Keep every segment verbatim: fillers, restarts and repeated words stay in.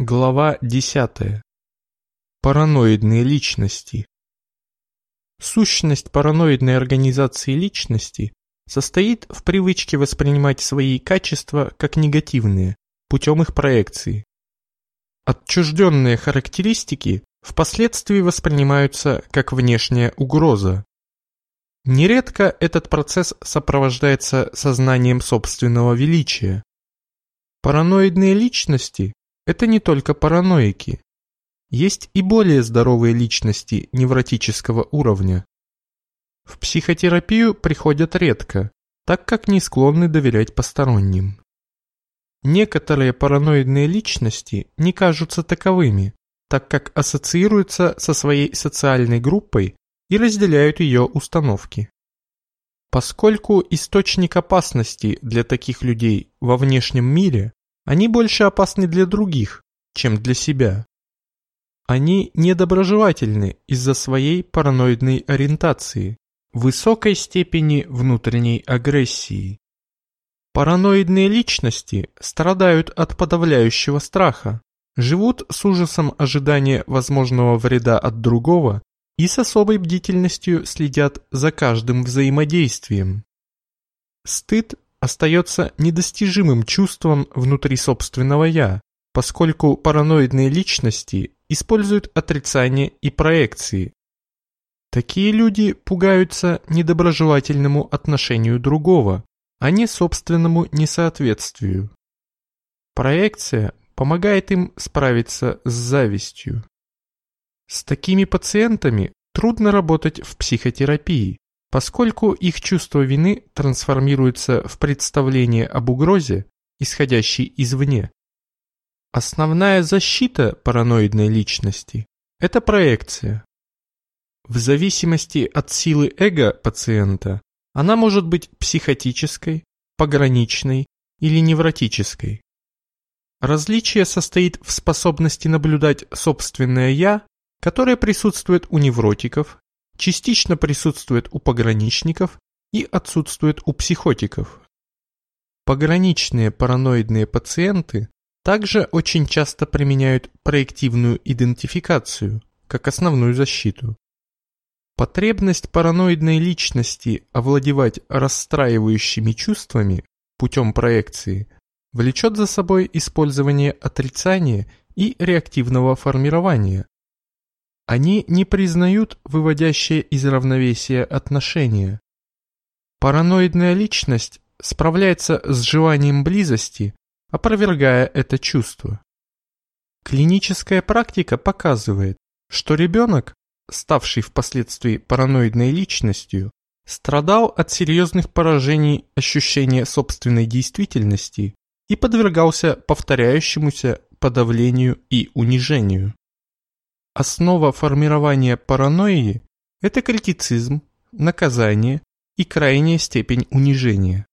Глава десятая. Параноидные личности. Сущность параноидной организации личности состоит в привычке воспринимать свои качества как негативные путем их проекции. Отчужденные характеристики впоследствии воспринимаются как внешняя угроза. Нередко этот процесс сопровождается сознанием собственного величия. Параноидные личности – это не только параноики. Есть и более здоровые личности невротического уровня. В психотерапию приходят редко, так как не склонны доверять посторонним. Некоторые параноидные личности не кажутся таковыми, так как ассоциируются со своей социальной группой и разделяют ее установки. Поскольку источник опасности для таких людей во внешнем мире, они больше опасны для других, чем для себя. Они недоброжелательны из-за своей параноидной ориентации, высокой степени внутренней агрессии. Параноидные личности страдают от подавляющего страха, живут с ужасом ожидания возможного вреда от другого и с особой бдительностью следят за каждым взаимодействием. Стыд остается недостижимым чувством внутри собственного «я», поскольку параноидные личности используют отрицание и проекции. Такие люди пугаются недоброжелательному отношению другого, а не собственному несоответствию. Проекция помогает им справиться с завистью. С такими пациентами трудно работать в психотерапии, поскольку их чувство вины трансформируется в представление об угрозе, исходящей извне. Основная защита параноидной личности – это проекция. В зависимости от силы эго пациента она может быть психотической, пограничной или невротической. Различие состоит в способности наблюдать собственное «я», которое присутствует у невротиков, частично присутствует у пограничников и отсутствует у психотиков. Пограничные параноидные пациенты также очень часто применяют проективную идентификацию как основную защиту. Потребность параноидной личности овладевать расстраивающими чувствами путем проекции влечет за собой использование отрицания и реактивного формирования. Они не признают выводящее из равновесия отношения. Параноидная личность справляется с желанием близости, опровергая это чувство. Клиническая практика показывает, что ребенок, ставший впоследствии параноидной личностью, страдал от серьезных поражений ощущения собственной действительности и подвергался повторяющемуся подавлению и унижению. Основа формирования паранойи – это критицизм, наказание и крайняя степень унижения.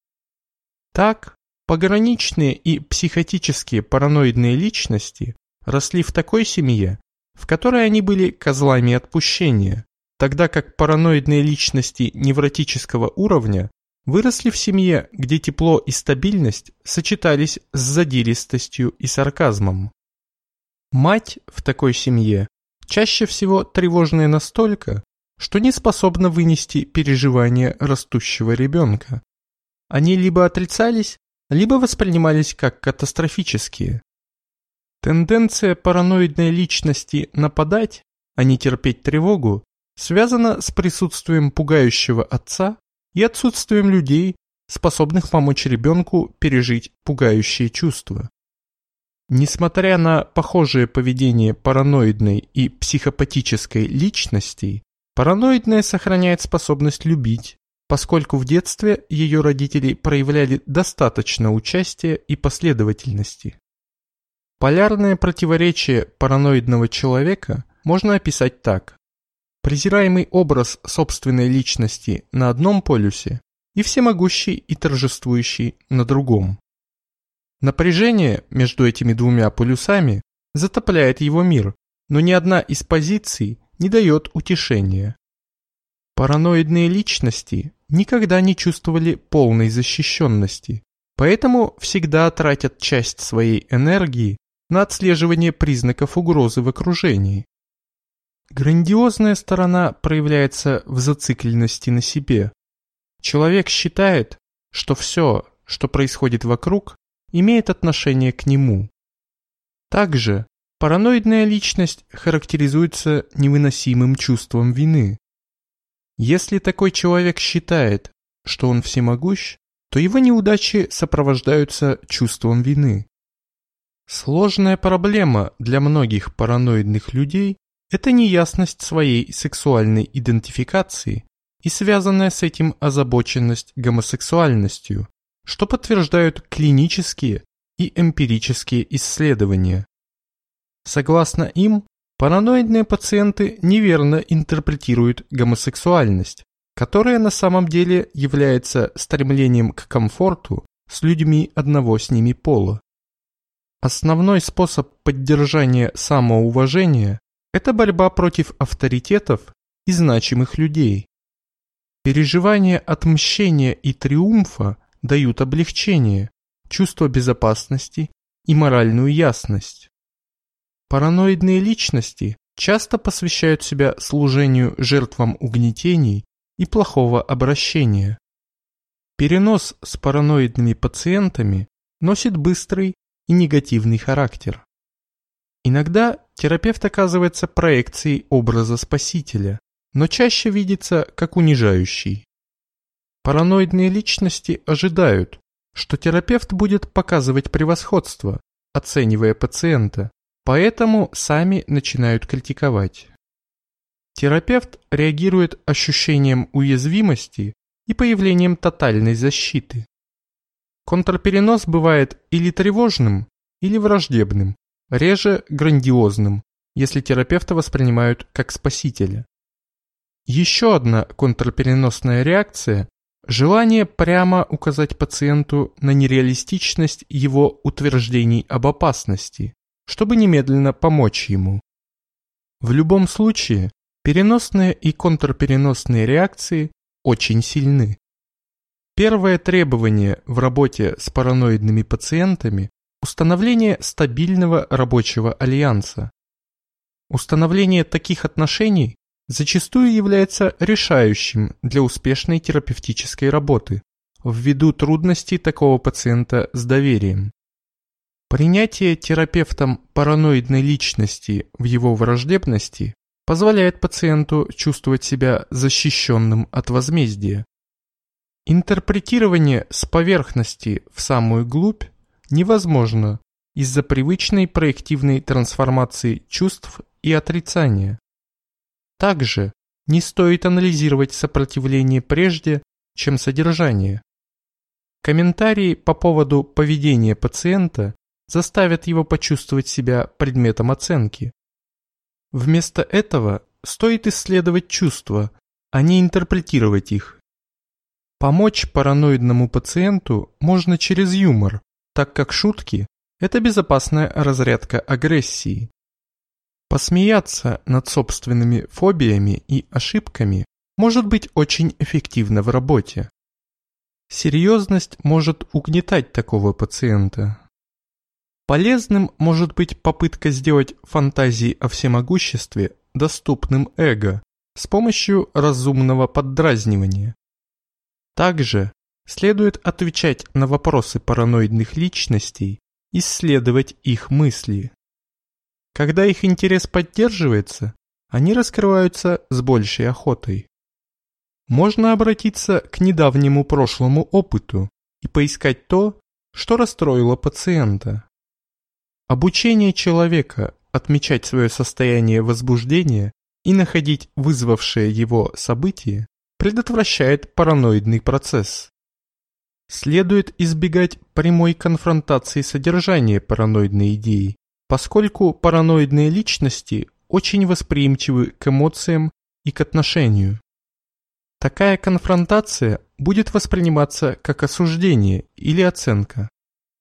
Так, пограничные и психотические параноидные личности росли в такой семье, в которой они были козлами отпущения, тогда как параноидные личности невротического уровня выросли в семье, где тепло и стабильность сочетались с задиристостью и сарказмом. Мать в такой семье чаще всего тревожная настолько, что не способна вынести переживания растущего ребенка. Они либо отрицались, либо воспринимались как катастрофические. Тенденция параноидной личности нападать, а не терпеть тревогу, связана с присутствием пугающего отца и отсутствием людей, способных помочь ребенку пережить пугающие чувства. Несмотря на похожее поведение параноидной и психопатической личностей, параноидная сохраняет способность любить, поскольку в детстве ее родители проявляли достаточно участия и последовательности. Полярное противоречие параноидного человека можно описать так. Презираемый образ собственной личности на одном полюсе и всемогущий и торжествующий на другом. Напряжение между этими двумя полюсами затопляет его мир, но ни одна из позиций не дает утешения. Параноидные личности никогда не чувствовали полной защищенности, поэтому всегда тратят часть своей энергии на отслеживание признаков угрозы в окружении. Грандиозная сторона проявляется в зацикленности на себе. Человек считает, что все, что происходит вокруг, имеет отношение к нему. Также параноидная личность характеризуется невыносимым чувством вины. Если такой человек считает, что он всемогущ, то его неудачи сопровождаются чувством вины. Сложная проблема для многих параноидных людей – это неясность своей сексуальной идентификации и связанная с этим озабоченность гомосексуальностью, что подтверждают клинические и эмпирические исследования. Согласно им, параноидные пациенты неверно интерпретируют гомосексуальность, которая на самом деле является стремлением к комфорту с людьми одного с ними пола. Основной способ поддержания самоуважения – это борьба против авторитетов и значимых людей. Переживания отмщения и триумфа дают облегчение, чувство безопасности и моральную ясность. Параноидные личности часто посвящают себя служению жертвам угнетений и плохого обращения. Перенос с параноидными пациентами носит быстрый и негативный характер. Иногда терапевт оказывается проекцией образа спасителя, но чаще видится как унижающий. Параноидные личности ожидают, что терапевт будет показывать превосходство, оценивая пациента, поэтому сами начинают критиковать. Терапевт реагирует ощущением уязвимости и появлением тотальной защиты. Контрперенос бывает или тревожным, или враждебным, реже грандиозным, если терапевта воспринимают как спасителя. Еще одна контрпереносная реакция – желание прямо указать пациенту на нереалистичность его утверждений об опасности, чтобы немедленно помочь ему. В любом случае, переносные и контрпереносные реакции очень сильны. Первое требование в работе с параноидными пациентами – установление стабильного рабочего альянса. Установление таких отношений зачастую является решающим для успешной терапевтической работы, ввиду трудностей такого пациента с доверием. Принятие терапевтом параноидной личности в его враждебности позволяет пациенту чувствовать себя защищенным от возмездия. Интерпретирование с поверхности в самую глубь невозможно из-за привычной проективной трансформации чувств и отрицания. Также не стоит анализировать сопротивление прежде, чем содержание. Комментарии по поводу поведения пациента заставят его почувствовать себя предметом оценки. Вместо этого стоит исследовать чувства, а не интерпретировать их. Помочь параноидному пациенту можно через юмор, так как шутки – это безопасная разрядка агрессии. Посмеяться над собственными фобиями и ошибками может быть очень эффективно в работе. Серьезность может угнетать такого пациента. Полезным может быть попытка сделать фантазии о всемогуществе доступным эго с помощью разумного поддразнивания. Также следует отвечать на вопросы параноидных личностей, исследовать их мысли. Когда их интерес поддерживается, они раскрываются с большей охотой. Можно обратиться к недавнему прошлому опыту и поискать то, что расстроило пациента. Обучение человека отмечать свое состояние возбуждения и находить вызвавшее его событие предотвращает параноидный процесс. Следует избегать прямой конфронтации содержания параноидной идеи, поскольку параноидные личности очень восприимчивы к эмоциям и к отношению. Такая конфронтация будет восприниматься как осуждение или оценка.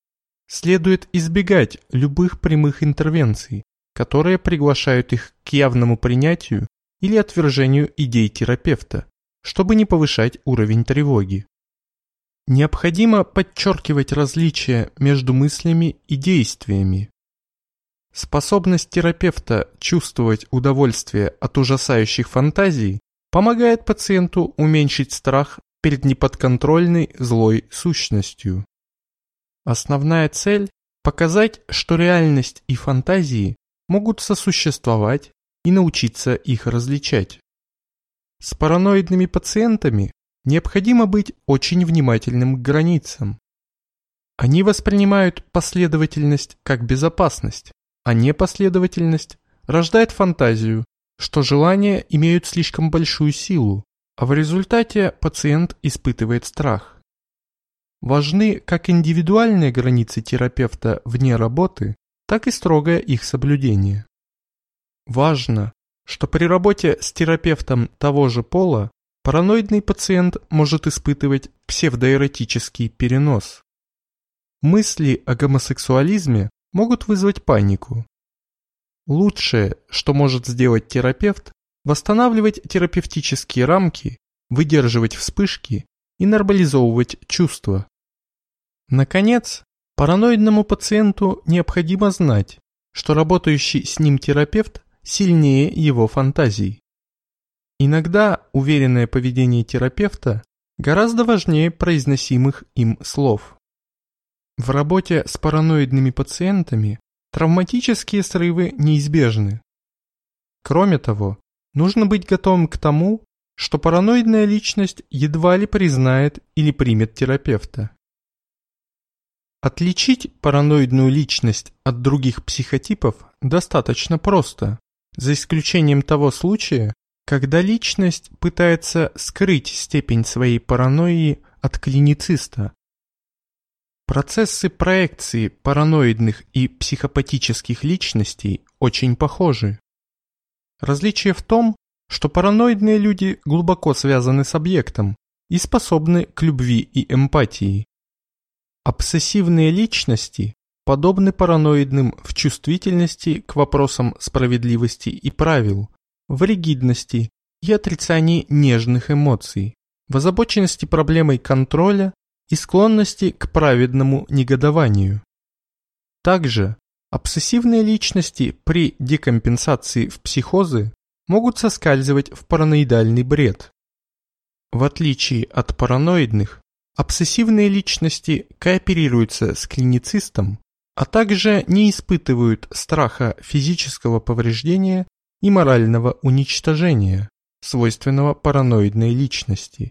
Следует избегать любых прямых интервенций, которые приглашают их к явному принятию или отвержению идей терапевта, чтобы не повышать уровень тревоги. Необходимо подчеркивать различия между мыслями и действиями. Способность терапевта чувствовать удовольствие от ужасающих фантазий помогает пациенту уменьшить страх перед неподконтрольной злой сущностью. Основная цель – показать, что реальность и фантазии могут сосуществовать и научиться их различать. С параноидными пациентами необходимо быть очень внимательным к границам. Они воспринимают последовательность как безопасность, а непоследовательность рождает фантазию, что желания имеют слишком большую силу, а в результате пациент испытывает страх. Важны как индивидуальные границы терапевта вне работы, так и строгое их соблюдение. Важно, что при работе с терапевтом того же пола параноидный пациент может испытывать псевдоэротический перенос. Мысли о гомосексуализме могут вызвать панику. Лучшее, что может сделать терапевт, восстанавливать терапевтические рамки, выдерживать вспышки и нормализовывать чувства. Наконец, параноидному пациенту необходимо знать, что работающий с ним терапевт сильнее его фантазий. Иногда уверенное поведение терапевта гораздо важнее произносимых им слов. В работе с параноидными пациентами травматические срывы неизбежны. Кроме того, нужно быть готовым к тому, что параноидная личность едва ли признает или примет терапевта. Отличить параноидную личность от других психотипов достаточно просто, за исключением того случая, когда личность пытается скрыть степень своей паранойи от клинициста. Процессы проекции параноидных и психопатических личностей очень похожи. Различие в том, что параноидные люди глубоко связаны с объектом и способны к любви и эмпатии. Обсессивные личности подобны параноидным в чувствительности к вопросам справедливости и правил, в ригидности и отрицании нежных эмоций, в озабоченности проблемой контроля и склонности к праведному негодованию. Также обсессивные личности при декомпенсации в психозы могут соскальзывать в параноидальный бред. В отличие от параноидных, обсессивные личности кооперируются с клиницистом, а также не испытывают страха физического повреждения и морального уничтожения, свойственного параноидной личности.